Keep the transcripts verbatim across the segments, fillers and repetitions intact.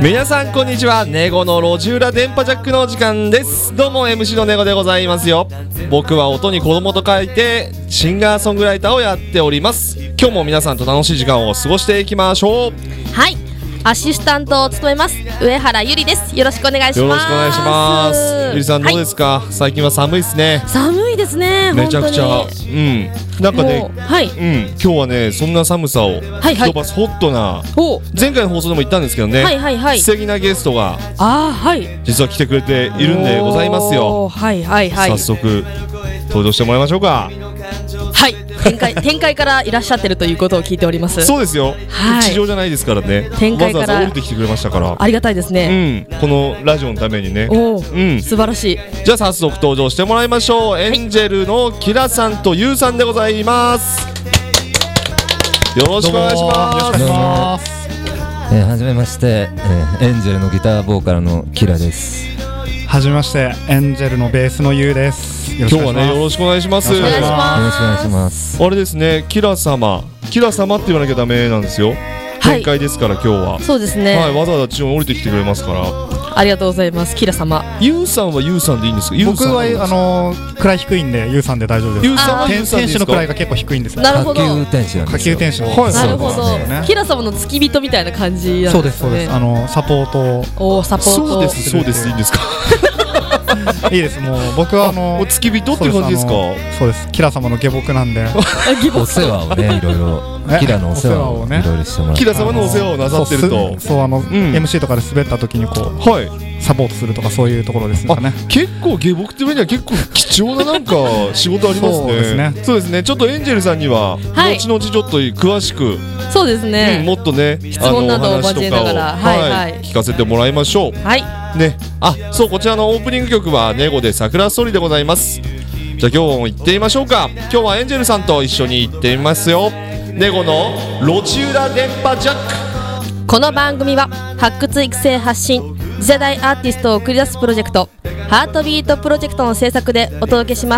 皆さんこんにちは。ネゴの路地裏電波ジャックの時間です。どうも エムシー のネゴでございますよ。僕は音に子供と書いてシンガーソングライターをやっております。今日も皆さんと楽しい時間を過ごしていきましょう。 はい、アシスタントを務めます上原ゆりです。よろしくお願いします。 よろしくお願いします。ゆりさんどうですか、はい、最近は寒いですね。 寒いですね。 めちゃくちゃ、うんなんかね、 はい、 うん、今日はねそんな寒さを吹き飛ばすホットな、前回の放送でも言ったんですけどね、はいはいはい、素敵なゲストがあ、はい、 実は来てくれているんでございますよ。 はいはいはい、 早速登場してもらいましょうか。 はい、展開展開からいらっしゃってるということを聞いております。 そうですよ、はい、地上じゃないですからね。 展開からわざわざ降りてきてくれましたからありがたいですね、 うん、このラジオのためにね。 お、うん、素晴らしい。 じゃあ早速登場してもらいましょう、はい、エンジェルのキラさんとユウさんでございます。よろしくお願いします。 えー、はじめまして、えー、エンジェルのギターボーカルのキラです。 はじめましてエンジェルのベースのユウです。 今日はねよろしくお願いします。 よろしくお願いします。 よろしくお願いします。 あれですね、キラ様キラ様って言わなきゃダメなんですよ。展開ですから今日は。そうですね、はい、わざわざ地上に降りてきてくれますから。 ありがとうございます。キラ様。ユウさんはユウさんでいいんですか。 僕はあのー、位低いんでユウさんで大丈夫です。 ユウさんはユウさんでいいですか。 天使の位が結構低いんですよ。 なるほど。 下級天使なんですよ。 下級天使の、 はい、 なるほど、ね、キラ様の付き人みたいな感じなんですね。 そうですそうです。あのサポートをおサポートそうですそうです。いいんですかいいです。もう僕はあのお付き人っていう感じですか。 そうです。キラ様の下僕なんでお世話をねいろいろキラのお世話をいろいろしてもらって、 キラ様のお世話をなさってると。 そうあの、うん、エムシー とかで滑った時にこう、はい、サポートするとかそういうところですかね。 結構下僕っていう上には結構貴重ななんか仕事ありますね。そうですね。そうですね。ちょっとエンジェルさんには、はい、後々ちょっと詳しくそうですね、 うん、もっとね質問などを交えながら、 はいはい、聞かせてもらいましょう。 はいね、あ、そうこちらのオープニング曲はネゴで桜ストーリーでございます。じゃあ今日も行ってみましょうか。今日はエンジェルさんと一緒に行ってみますよ。ネゴの路地裏電波ジャック。 この番組は発掘育成発信次世代アーティストを送り出すプロジェクトハートビートプロジェクトの制作でお届けします。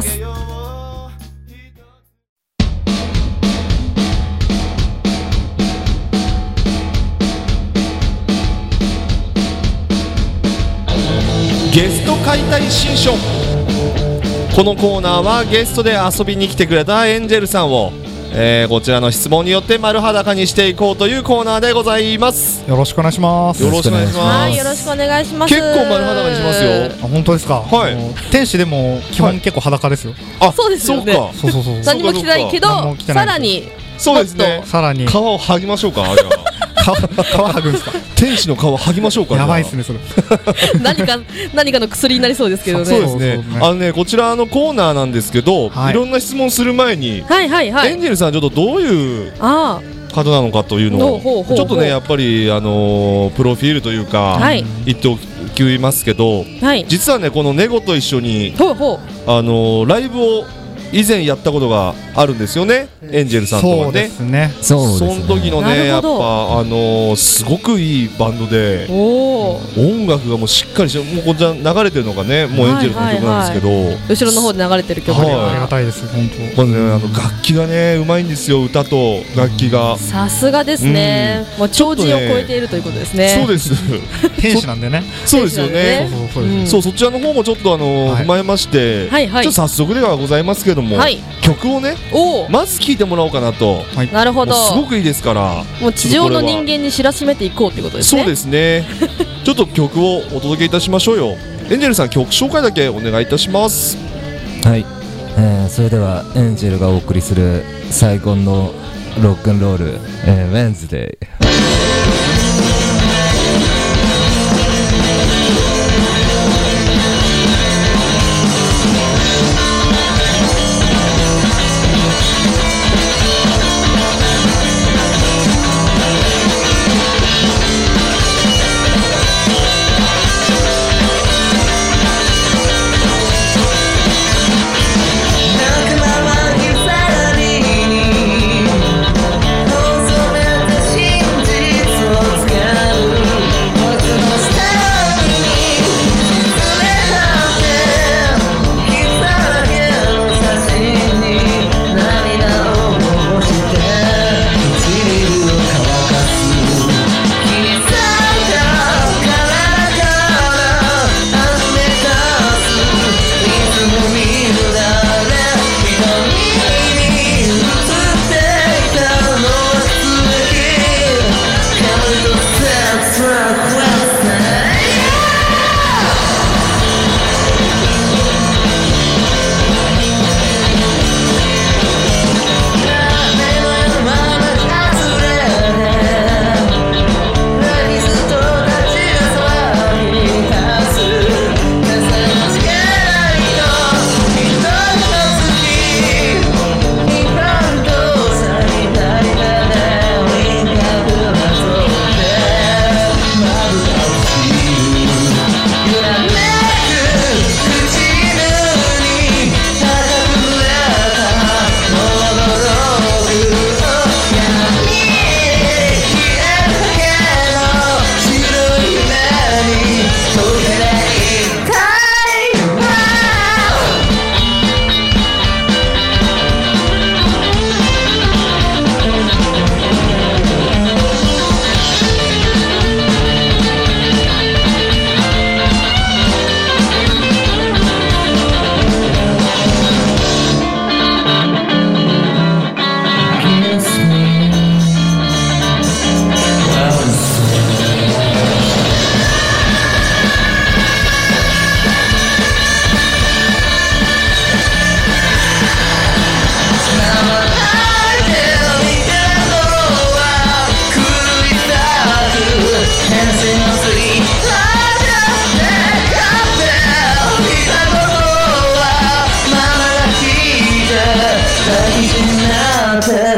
ゲスト解体新書。このコーナーはゲストで遊びに来てくれたエンジェルさんを、えー、こちらの質問によって丸裸にしていこうというコーナーでございます。 よろしくお願いします。 よろしくお願いします。 はい、よろしくお願いします。 結構丸裸にしますよ。 あ、本当ですか。 はい。 天使でも基本結構裸ですよ。 あ、 そうですよね。 そうそうそう。 何も着てないけどさらにそうですね。 さらに皮を剥ぎましょうか。あれは皮剥ぐんですか。 天使の皮剥ぎましょうか。 やばいっすねそれ。 何か何かの薬になりそうですけどね。 そうですね。あのねこちらのコーナーなんですけど、いろんな質問する前に、はいはいはい。エンジェルさんちょっとどういう方なのかというのをちょっとねやっぱりあのプロフィールというか言っておきますけど、実はねこのネゴと一緒にあのライブを以前やったことがあるんですよね、エンジェルさんとはね。 そうですね。 その時のねやっぱあのー、すごくいいバンドで音楽がもうしっかりして、もうこちら流れてるのがねもうエンジェルさんの曲なんですけど、はいはいはい、 後ろの方で流れてる曲で、 はい、ありがたいです本当。 まずねあの楽器がねうまいんですよ、歌と楽器が。 さすがですね、うん、もう超人を超えているということですね。 そうです天使なんでね。 そうですよね。そうそちらの方もちょっとあの、はい、踏まえまして、はいはい、ちょっと早速ではございますけども、はい、曲をねまず聴いてもらおうかなと。 はい、なるほど。 すごくいいですから、 もう地上の人間に知らしめていこうということですね。 そうですねちょっと曲をお届けいたしましょうよ。エンジェルさん曲紹介だけお願いいたします。 はい、えー、それではエンジェルがお送りする最高のロックンロール、えー、ウェンズデイ。 「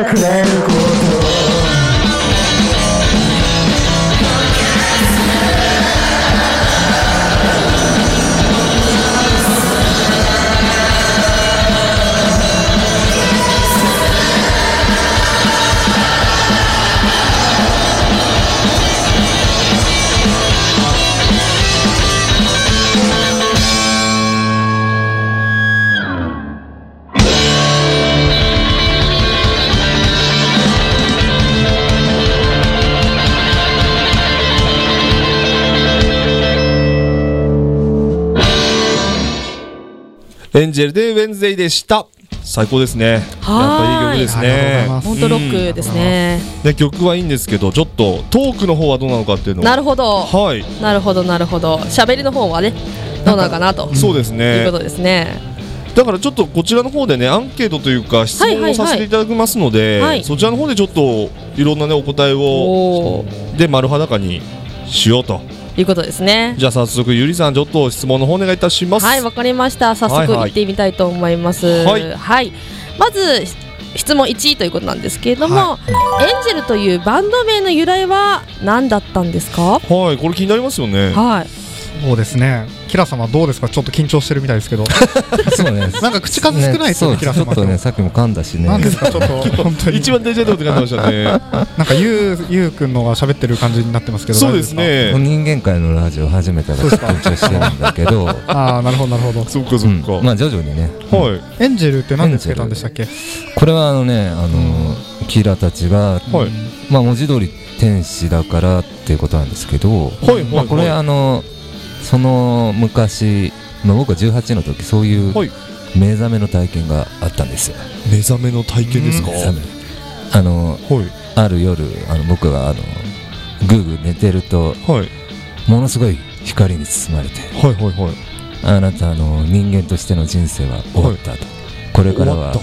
くれることエンジェルでウェンズデイでした。最高ですね。やっぱいい曲ですね。 本当ロックですね。 で曲はいいんですけど、ちょっとトークの方はどうなのかっていうのを。 なるほど。 はい。 なるほどなるほど。喋りの方はねどうなのかなと。 そうですね。 いうことですね。 だからちょっとこちらの方でねアンケートというか質問をさせていただきますので、はいはいはい、そちらの方でちょっといろんなねお答えをで丸裸にしようと。 いうことですね。 じゃあ早速ゆりさんちょっと質問の方お願いいたします。 はい、わかりました。早速行ってみたいと思います。はい、はい、まず質問いちいということなんですけれども、はい、エンジェルというバンド名の由来は何だったんですか？ はい、これ気になりますよね。 はい。 そうですね。キラ様どうですか？ちょっと緊張してるみたいですけど。 そうね。 なんか口数少ないですよね。キラ様。 ちょっとね、さっきも噛んだしね。 なんですかちょっと本当に。 一番大事なところで噛んでましたね。 なんかゆうゆうくんのが喋ってる感じになってますけど。 そうですね。 人間界のラジオ始めたら緊張してるんだけど。 ああ、なるほどなるほど。 そっかそっか。 まあ徐々にね。 はい。 エンジェルって何でつけたんでしたっけ？ これはあのね、あのキラたちがまあ文字通り天使だからっていうことなんですけど。 はい。 まあこれあの。その昔、まあ、僕はじゅうはちの時そういう目覚めの体験があったんですよ。 目覚めの体験ですか？ あの、はい、ある夜あの僕があのぐーぐー寝てると、はい、ものすごい光に包まれて、 はいはいはい、 あなたの人間としての人生は終わったと、はい、これからは、はい、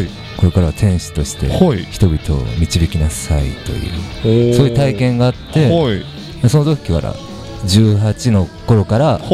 これからは天使として人々を導きなさいという、はい、そういう体験があって、はい、その時からじゅうはちの頃から、はい、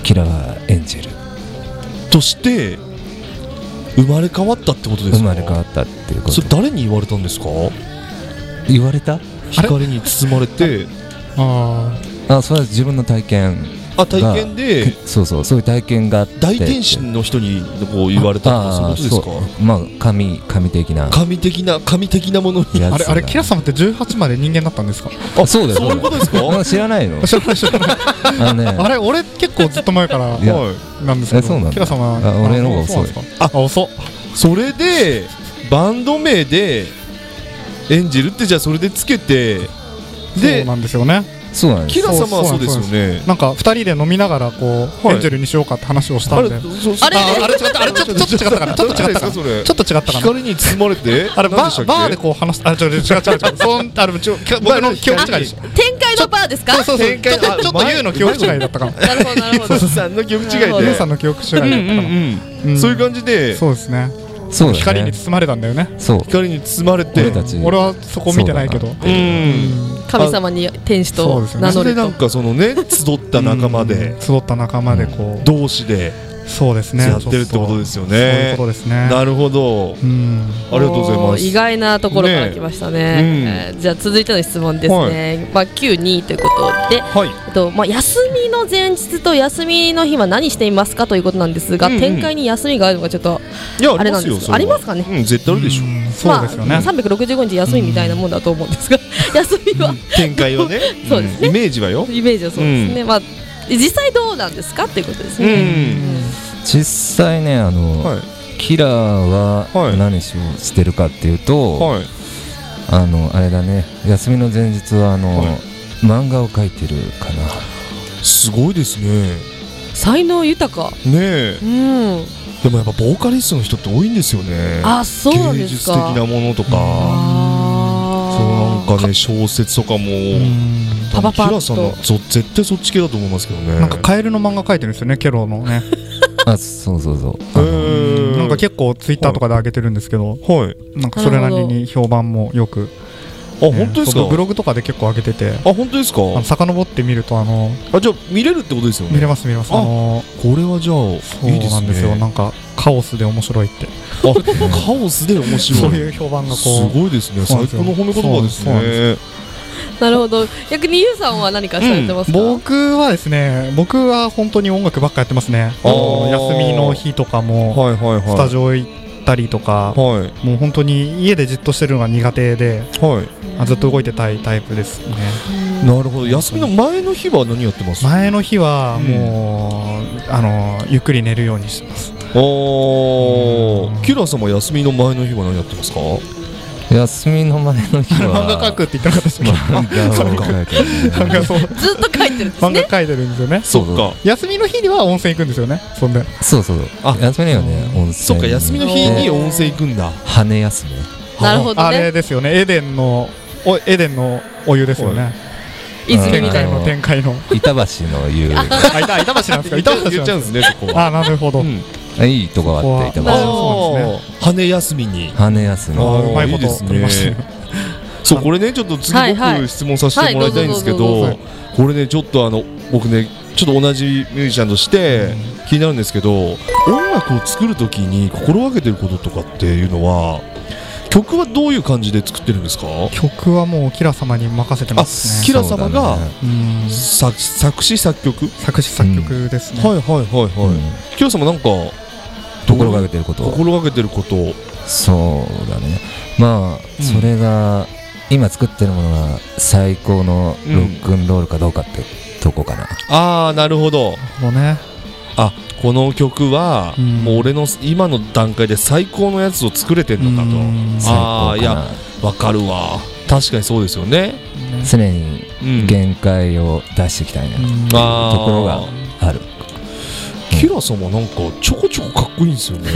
キラーエンジェルとして生まれ変わったってことですか？ 生まれ変わったっていうこと。 それ誰に言われたんですか？ 言われた？ 光に包まれてああ、それは自分の体験。 あ、体験でそうそう、そういう体験があって、 大天使の人にこう言われたとか、そういうことですか？ まあ神神的な神的な神的なものに。 あれあれキラ様ってじゅうはちまで人間だったんですか？ あ、そうだよ。 そういうことですか？ 知らないの？ 知らない知らない。あのね、あれ俺結構ずっと前からなんですけど、キラ様俺の方が遅い。 あ、遅っ。 それでバンド名でエンジェルってじゃあそれでつけて、 でそうなんですよね。 そうなんです。 キラ様はそうですよね。 なんかふたりで飲みながらこう、はい、エンジェルにしようかって話をしたんで、あれあれ違った、あれちょっと違ったかな、ちょっと違ったかな、ちょっと違ったかな。 光に包まれて、 あれバーバーでこう話す、あ、違う違う違う違う、そんあれ僕の記憶違いでしょ。 展開のバーですか？ そうそうそう、ちょっとちょっとユウの記憶違いだったかも。 なるほどなるほど。 ユウさんの記憶違いで、 ユウさんの記憶違いだったかな。そういう感じで、 そうですね。 そうね、 光に包まれたんだよね。 そう、 光に包まれて、 俺はそこ見てないけど、うん、 神様に天使と名乗ると、 それでなんかそのね集った仲間で、 集った仲間でこう同士でそうですね、 やってるってことですよね。 そういうことですね。 なるほど、うん、ありがとうございます。 意外なところから来ましたね。ね、うん、じゃあ続いての質問ですね。はい、まあきゅうにということで、はい、えっとまあ休みの前日と休みの日は何していますかということなんですが、うんうん、展開に休みがあるのがちょっとあれなんです。ありますかね。 うん、絶対あるでしょ。 そうですよね。 まあさんびゃくろくじゅうごにち休みみたいなもんだと思うんですが、休みは展開をね、 そうですね。 イメージはよ。 イメージはそうですね。まあ実際どうなんですかっていうことですね。 実際ね、あの、はい、キラーは何しをしてるかっていうと、はい、あのあれだね、休みの前日はあの、はい、漫画を描いてるかな。 すごいですね。 才能豊かねえ、うん、でもやっぱボーカリストの人って多いんですよね。 あ、そうなんですか。 芸術的なものとか、そうなんかね、小説とかもパパパッと。キラさんの絶対そっち系だと思いますけどね。 なんかカエルの漫画描いてるんですよね、ケロのね。 あ、そうそうそう。 あのなんか結構ツイッターとかで上げてるんですけど、はい、なんかそれなりに評判もよく。 あ、本当ですか。 ブログとかで結構上げてて。 あ、本当ですか。 遡ってみるとあのあ、じゃあ見れるってことですよね。 見れます見れます。あのこれはじゃあいいですね。 そうなんですよ。なんかカオスで面白いってあカオスで面白いそういう評判がこうすごいですね。最高の褒め言葉ですね。 なるほど。逆にゆうさんは何かされてますか？ うん、僕はですね僕は本当に音楽ばっかやってますね。あ休みの日とかも、はいはいはい、スタジオ行ったりとか、はい、もう本当に家でじっとしてるのが苦手で、はい、ずっと動いてたいタイプですね。 なるほど。休みの前の日は何やってます？ 前の日はもう、うん、あのゆっくり寝るようにしてます。 おー、キラ様休みの前の日は何やってますか？ 休みの前の日は漫画描くって言ってなかったですか？ 漫画を描いてる、 ね、ずっと描いてるんですね。 漫画描いてるんですよね。 そうか。 休みの日には温泉行くんですよね。そんでそうそうあ休みにはね温泉。 そうか休みの日に温泉行くんだ。 羽休め。 なるほどね。 あれですよね。エデンのおエデンのお湯ですよね。 泉みたいな展開の板橋の湯。 あ板板橋なんですか？板橋言っちゃうんですねそこは。 あなるほど。 いいとこがあって板橋。 羽休みに。 羽休み。 うまいこと取りましたね。 そうこれねちょっと次僕質問させてもらいたいんですけど、これねちょっとあの僕ねちょっと同じミュージシャンとして気になるんですけど、音楽を作るときに心がけてることとかっていうのは、曲はどういう感じで作ってるんですか？ 曲はもうキラ様に任せてますね。 キラ様が作詞作曲作詞作曲ですね。 はいはいはいはい。キラ様なんか心がけてること心がけてることそうだね。まあそれが今作ってるものが最高のロックンロールかどうかってとこかな。 ああなるほど。 もうねあこの曲はもう俺の今の段階で最高のやつを作れてんのかと。ああいやわかるわ。確かにそうですよね。 常に限界を出していきたいなところがある。 キラ様なんかちょこちょこかっこいいんですよね。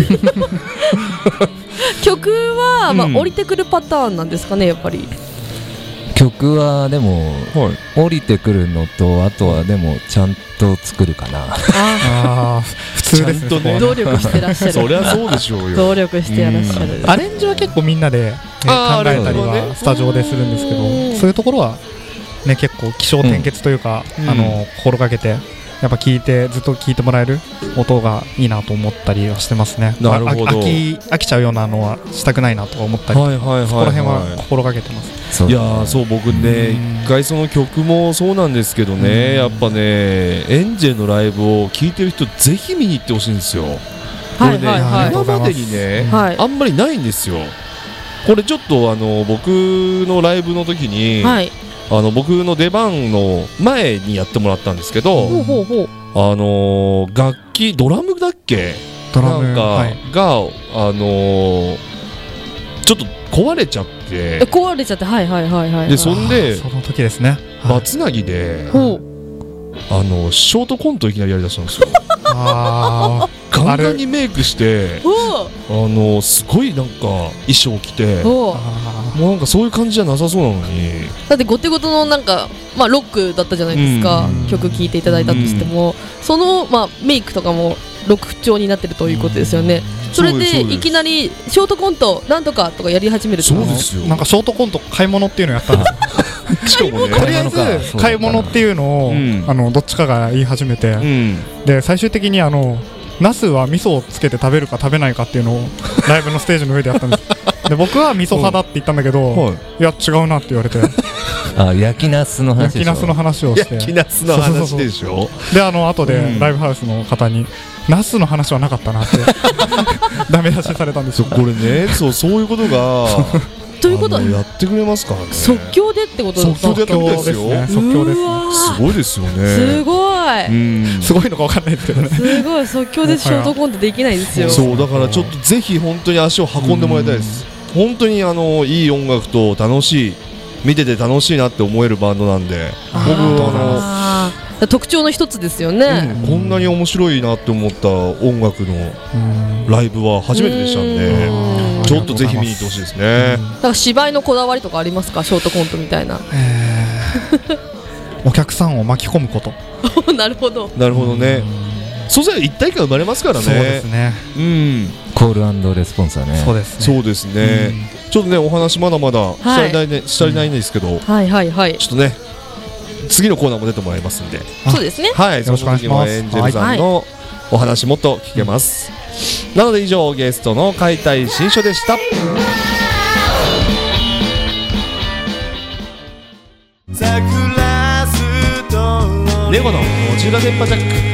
曲は、まあ、降りてくるパターンなんですかねやっぱり。 曲はでも、はい、降りてくるのとあとはでもちゃんと作るかな。 ああ普通ですね。 努力してらっしゃる。 そりゃそうでしょうよ。 努力してらっしゃる。 アレンジは結構みんなで、ね、考えたりはスタジオでするんですけど、そういうところはね結構起承転結というか、うん、あの心がけてやっぱ聞いてずっと聞いてもらえる音がいいなと思ったりはしてますね。 なるほど。 飽き飽きちゃうようなのはしたくないなとか思ったり、はいはいはいはい、そこら辺は心がけてます。 いやーそう僕ね一回その曲もそうなんですけどね、やっぱねエンジェルのライブを聴いてる人ぜひ見に行ってほしいんですよ。これね、はいはいはい、今までにね、はい、あんまりないんですよ。これちょっとあの僕のライブの時に、はい、あの僕の出番の前にやってもらったんですけど、ほうほうほう、あのー、楽器ドラムだっけドラムなんかが、はい、あのー、ちょっと壊れちゃって壊れちゃってはいはいはいはいでそんでその時ですね、 バツナギで、はい、あのショートコントいきなりやりだしたんですよ。あガンガンにメイクしてあのすごいなんか衣装着てもうなんかそういう感じじゃなさそうなのにだってゴテゴテのなんか、まあ、ロックだったじゃないですか、曲聴いていただいたとしてもその、まあ、メイクとかもロック調になってるということですよね。それでいきなりショートコントなんとかとかやり始めるとそうですよ。 なんかショートコント買い物っていうのやったんですよ。しかもねとりあえず買い物っていうのを、うん、あのどっちかが言い始めて、うん、で最終的にあのナスは味噌をつけて食べるか食べないかっていうのをライブのステージの上でやったんです。で僕は味噌派だって言ったんだけど、はい、いや違うなって言われてあ焼きナスの話でしょ。 焼きナスの話をして焼きナスの話でしょ。そうそうそうであの後でライブハウスの方に、うん、ナスの話はなかったなってダメ出しされたんですよ。 これねそうそういうことがということはやってくれますからね。 即興でってことですか。 即興でやったみたいですよ。 即興ですね。 すごいですよね。 すごい、うん、 すごいのか分かんないですけどね。 すごい即興でショートコントできないですよ。 そうだからちょっとぜひ本当に足を運んでもらいたいです。本当にあのいい音楽と楽しい見てて楽しいなって思えるバンドなんで僕あの特徴の一つですよね、 うん、こんなに面白いなって思った音楽のライブは初めてでしたんでちょっとぜひ見に行ってほしいですね。 だから芝居のこだわりとかありますか？ショートコントみたいな、 えー、お客さんを巻き込むことなるほどなるほどね。そうしたら一体感生まれますからね。 そうですね、 うん、 コール&レスポンスはね。 そうですね、 そうですね、うん、ちょっとねお話まだまだし足りない、ね、足りないんですけど、うん、はいはいはいちょっとね次のコーナーも出てもらいますんでそうですねはい、よろしくお願いします。エンジェルさんのお話もっと聞けます、はいなので以上ゲストの解体新書でした。ネゴのこちら電波ジャック。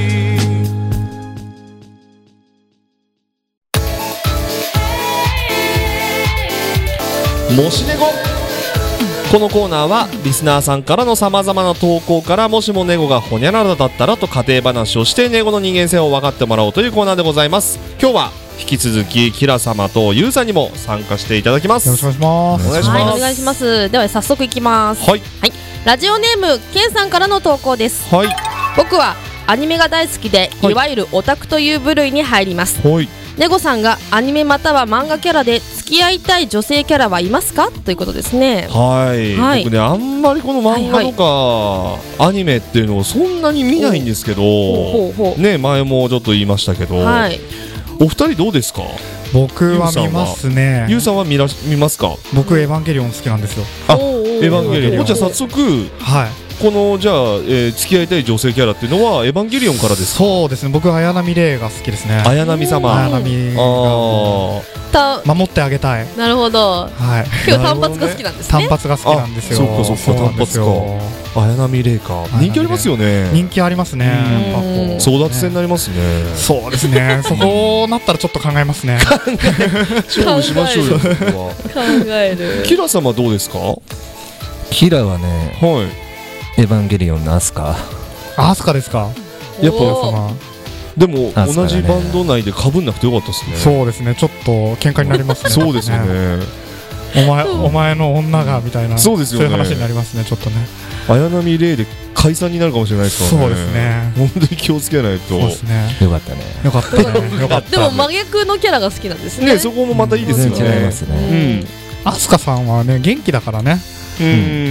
もしネゴ。このコーナーはリスナーさんからのさまざまな投稿から、もしもネゴがホニャララだったらと家庭話をしてネゴの人間性を分かってもらおうというコーナーでございます。今日は引き続きキラ様とユウさんにも参加していただきます。 よろしくお願いします。 お願いします。はい、お願いします。では早速いきます。 はい、 はい、ラジオネームケンさんからの投稿です。 はい、 僕はアニメが大好きで、はい、いわゆるオタクという部類に入ります。はい、ネゴさんがアニメまたは漫画キャラで付き合いたい女性キャラはいますかということですね。 はい、はい、僕ねあんまりこの漫画とか、はいはい、アニメっていうのをそんなに見ないんですけど、ほうほうほうね、前もちょっと言いましたけど、はい、お二人どうですか？ 僕は見ますね。 ユウさんは見ら見ますか？ 僕エヴァンゲリオン好きなんですよ。 あ、エヴァンゲリオン。じゃあ早速、はい、このじゃあ、えー、付き合いたい女性キャラっていうのはエヴァンゲリオンからですか？ そうですね、僕は綾波レイが好きですね。 綾波様。 綾波が守ってあげたい。 なるほど、 はい、 今日単発が好きなんですね。 単発が好きなんですよ。 そっかそっか、単発か。綾波レイか、人気ありますよね。 人気ありますね。 争奪戦になりますね。 そうですね、そこなったらちょっと考えますね。 勝負しましょうよ。考える。 キラ様どうですか？ キラはね、はい、エヴァンゲリオンのアスカ。 アスカですか？ やっぱでも同じバンド内で被んなくてよかったですね。 そうですね、ちょっと喧嘩になりますね。 そうですよね。 お前お前の女がみたいな、 そうですよね、 そういう話になりますね、ちょっとね。 綾波レイで解散になるかもしれないですからね。 そうですね、 本当に気をつけないと。 そうですね、よかったね、 よかったね、よかった。 でも真逆のキャラが好きなんですね。 ね、そこもまたいいですよね。 違いますね。 アスカさんはね元気だからね。うん、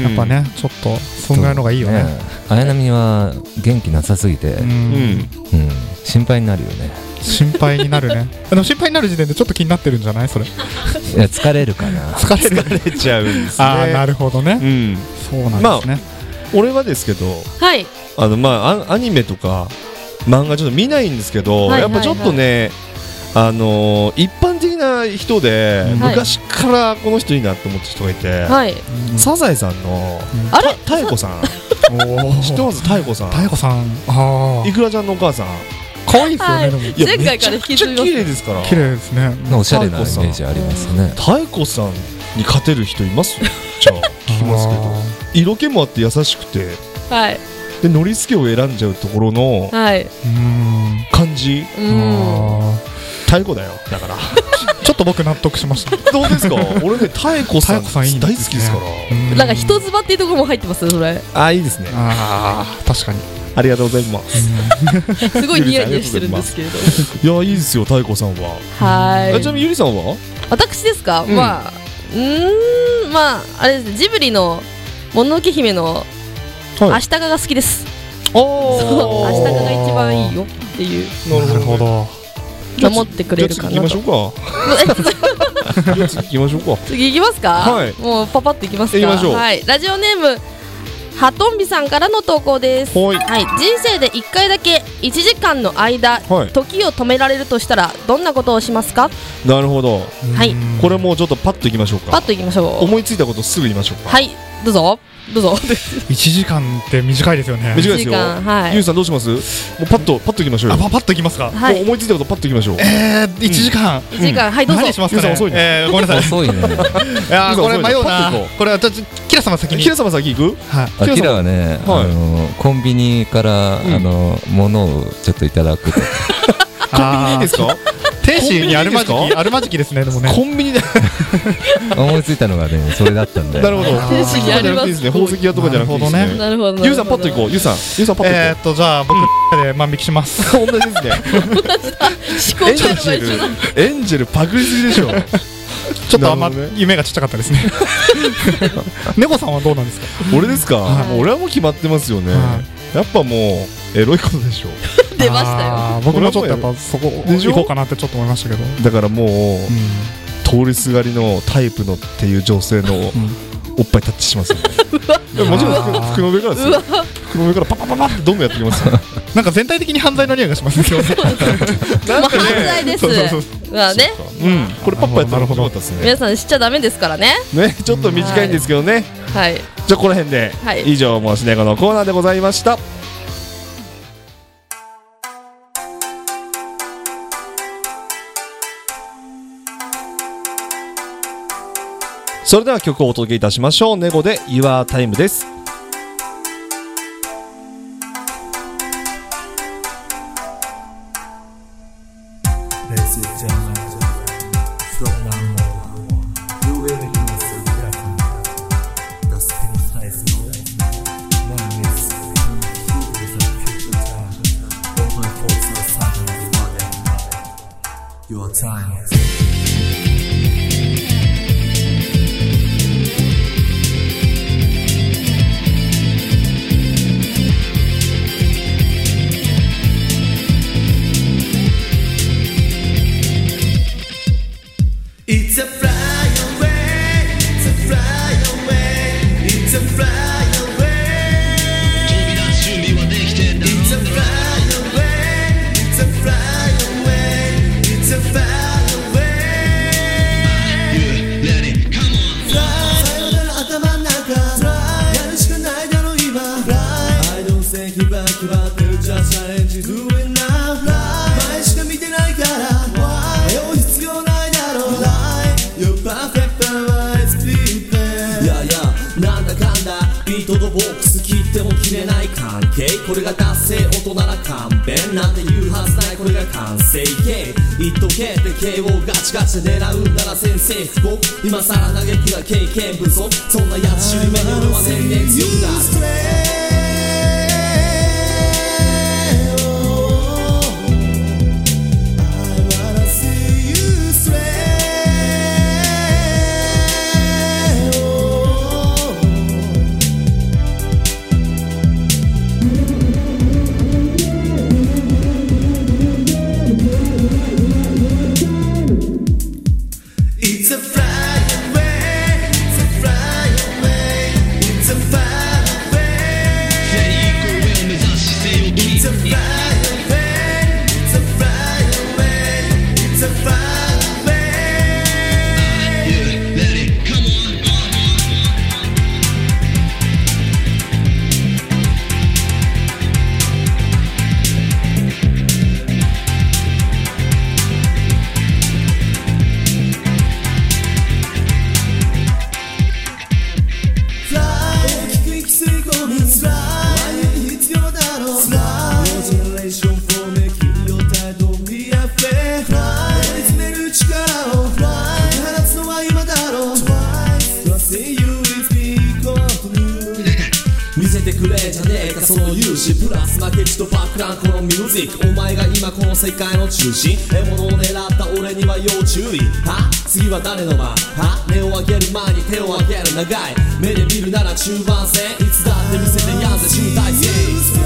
やっぱねちょっとそんぐらいのがいいよね。 綾波は元気なさすぎて、うん、心配になるよね。 心配になるね。あの心配になる時点でちょっと気になってるんじゃないそれ。いや疲れるかな。 疲れる疲れちゃうんですね。 ああなるほどね。うん、そうなんですね。まあ俺はですけど、 はい、 あのまあアニメとか漫画ちょっと見ないんですけど、やっぱちょっとね。あのー、一般的な人で、うん、昔からこの人いいなって思った人がいて、はい、サザエさんの、うん、あれタエコさん知ってます？タエコさん、 タエコさん、 あイクラちゃんのお母さん可愛いですよね。でもいや前回から引き継ぎます。 綺麗ですから。 綺麗ですね。 おしゃれなイメージありますね。 タエコさんに勝てる人います？じゃあ聞きますけど、色気もあって優しくて、はい、でノリスケを選んじゃうところの、はい、感じ、太鼓だよ。だからちょっと僕納得しました。 どうですか？俺ね太鼓さん大好きですから。 なんか人妻っていうところも入ってますよそれ。 あ、いいですね。 ああ確かに。 ありがとうございます。 すごいニヤニヤしてるんですけれど。いやいいですよ太鼓さんは。 はい。 ちなみにゆりさんは？ 私ですか？まあうんまああれですジブリのもののけ姫のアシタカが好きです。おお。アシタカが一番いいよっていう。 なるほど。 守ってくれるかなと。 じゃあ次行きましょうか。次行きましょうか。 次行きますか。はい。もうパパッと行きますか。 行きましょう。 はい。ラジオネームハトンビさんからの投稿です。はい。はい、人生でいっかいだけいちじかんの間、はい、時を止められるとしたらどんなことをしますか？ なるほど。 はい。 これもうちょっとパッと行きましょうか。 パッと行きましょう。 思いついたことすぐ言いましょうか。 はい。どうぞ。どうぞ。 いちじかんって短いですよね。 短いですよ。はい。ゆうさんどうします？もうパッとパッといきましょうよ。 あ、パッといきますか。 はい。 もう思いついたことパッといきましょう。 えー、いちじかん。 いちじかん、はいどうぞ。 何しますかね。 遅いね。 えー、ごめんなさい。 遅いね。 いやこれ迷うな。これはちょっとキラ様先に。 キラ様先行く？ はい。キラはね、あのコンビニからあの物をちょっといただく。 コンビニいいですか？ 天使にあるまじき、あるまじきですね。でもね。 コンビニで思いついたのがね、それだったんで。 なるほど。 天使にあるまじき。 宝石屋とかじゃなくてですね。 なるほど。 ゆうさんパッと行こう。ゆうさん、ゆうさんパッと行こう。 えっとじゃあ僕で万引きします。 同じですね。 エンジェル、エンジェルパクリすぎでしょ。 ちょっとあんま夢がちっちゃかったですね。ネゴさんはどうなんですか？ 俺ですか？俺はもう決まってますよね。やっぱもうエロいことでしょう。 出ましたよ。 僕もちょっとやっぱそこ行こうかなってちょっと思いましたけど。 だからもう通りすがりのタイプのっていう女性のおっぱいタッチしますよね。もちろん服の上からですよ。服の上からパパパパってどんどんやってきますよ。 なんか全体的に犯罪の匂いがしますね。 なんかね、犯罪です。まあね、 うん、これパッパやったら面白かったですね。 皆さんしちゃダメですからね。 ね、ちょっと短いんですけどね。 はい。 じゃあこの辺で以上もしねごのコーナーでございました。それでは曲をお届けいたしましょう。ネゴで Your Time です。 Your time. It's a fly away, it's a fly away, it's a fly away. It's a fly away, it's a fly away, it's a fly away. You let it come on. Fly. さよなら頭の中 Fly. やるしかないだろ今 Fly. I don't think you back about it, just challenge do it now. Fly. 前しか見てないから Why? 迷う必要ないだろ You're perfect otherwise people. Yeah, yeah. なんだかんだビートとボックス切っても切れない関係。これが達成音なら勘弁なんて言うはずない。これが完成形。言っとけって形をガチガチで狙うなら先生不幸。今さら嘆くな経験不足。そんなやつより目に俺は年々強くなる。世界の中心獲物を狙った俺には要注意は次は誰の番は根を上げる前に手を上げる長い目で見るなら中盤戦いつだって見せてやんぜ集大成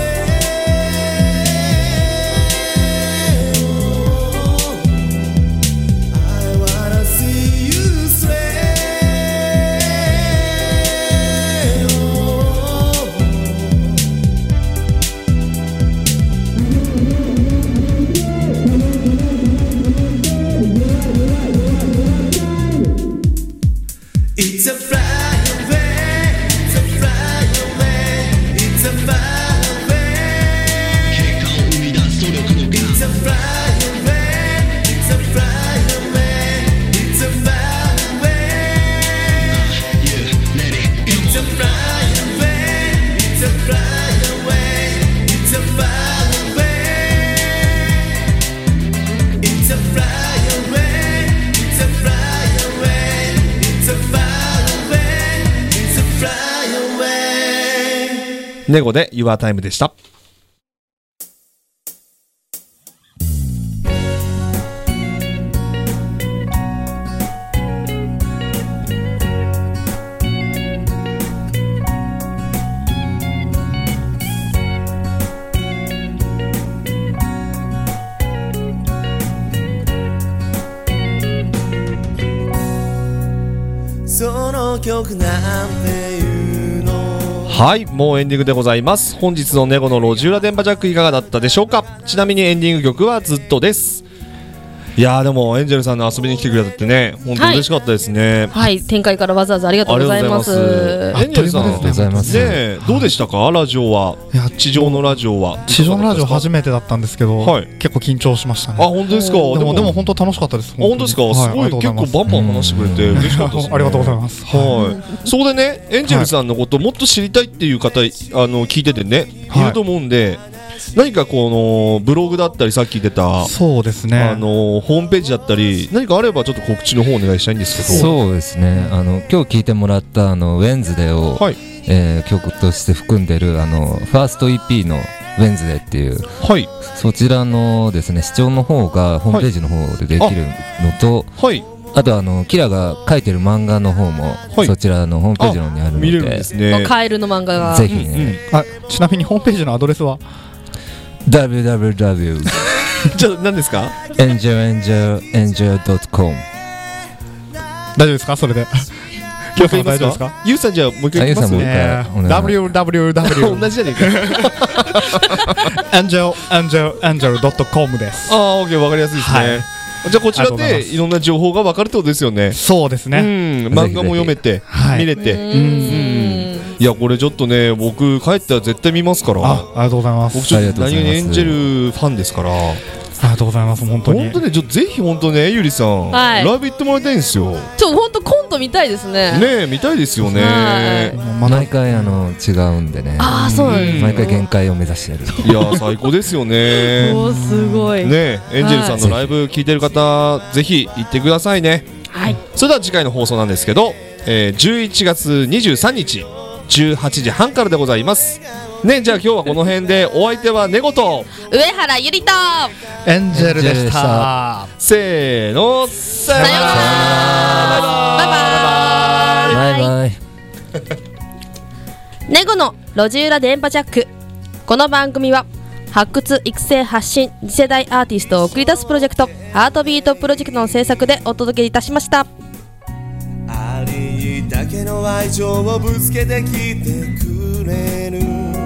ネゴで Your Time でした。 その曲なんていうのはい、もうエンディングでございます。本日のネゴの路地裏電波ジャックいかがだったでしょうか。ちなみにエンディング曲はずっとです。いやーでもエンジェルさんの遊びに来てくれたってね、本当に嬉しかったですね。 はい、展開からわざわざありがとうございます。 エンジェルさん、ありがとうございます。ね、どうでしたか、ラジオは。いや、地上のラジオは。 地上のラジオ初めてだったんですけど、はい、結構緊張しましたね。 あ、本当ですか。でもでも本当楽しかったです。 本当ですか。すごい、結構バンバン話してくれて嬉しかったです。 ありがとうございます。 はい。そこでね、エンジェルさんのこともっと知りたいっていう方、あの聞いててね、いると思うんで。何かこのブログだったりさっき出たそうですね、 あのホームページだったり何かあればちょっと告知の方お願いしたいんですけど。 そうですね、あの今日聴いてもらったあのウェンズデーを、はい、えー、曲として含んでるあのファースト イーピー のウェンズデーっていう、はい、そちらのですね視聴の方がホームページの方でできるのと、はい、あとあのキラが書いてる漫画の方も、はい、そちらのホームページの方にあるので見れるんですね。 カエルの漫画がぜひね、うんうん、 あ、ちなみにホームページのアドレスはダブリューダブリューダブリューじゃあ何ですか？ エンジェルエンジェルエンジェルドットコム。 大丈夫ですかそれで？ 今日大丈夫ですか？ユウさんじゃあもう一回言いますね。ダブリューダブリューダブリュー同じじゃねえか。エンジェルエンジェルエンジェルドットコムです。 ああ、オッケー、わかりやすいですね。はい、じゃあこちらでいろんな情報が分かるってことですよね。 そうですね。うん、 漫画も読めて見れて。うん。いやこれちょっとね僕帰ったら絶対見ますから。 あ, ありがとうございます。 僕ちょっと何気にエンジェルファンですから。 ありがとうございます。本当に本当ね、ちょっとぜひ本当ねゆりさん、はい、ライブ行ってもらいたいんですよ。 ちょっと本当コント見たいですね。 ねえ見たいですよね。 毎回あの違うんでね。 ああそうなんですね。 毎回限界を目指してやる。 いや最高ですよね。 おすごいね。エンジェルさんのライブ聞いてる方ぜひ行ってくださいね。 はい。 それでは次回の放送なんですけど、えー、じゅういちがつにじゅうさんにちじゅうはちじはんからでございますね。じゃあ今日はこの辺で、お相手はネゴと上原ゆりとエンジェルでした。 せーの、さよなら。 バイバイバイバイ。 ネゴの路地裏電波ジャック。この番組は発掘育成発信次世代アーティストを送り出すプロジェクトハートビートプロジェクトの制作でお届けいたしました。 ありだけの愛情をぶつけてきてくれる、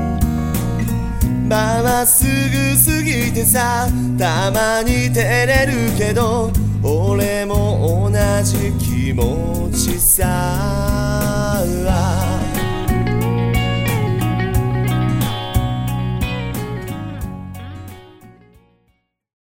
まっすぐ過ぎてさ、たまに照れるけど俺も同じ気持ちさ。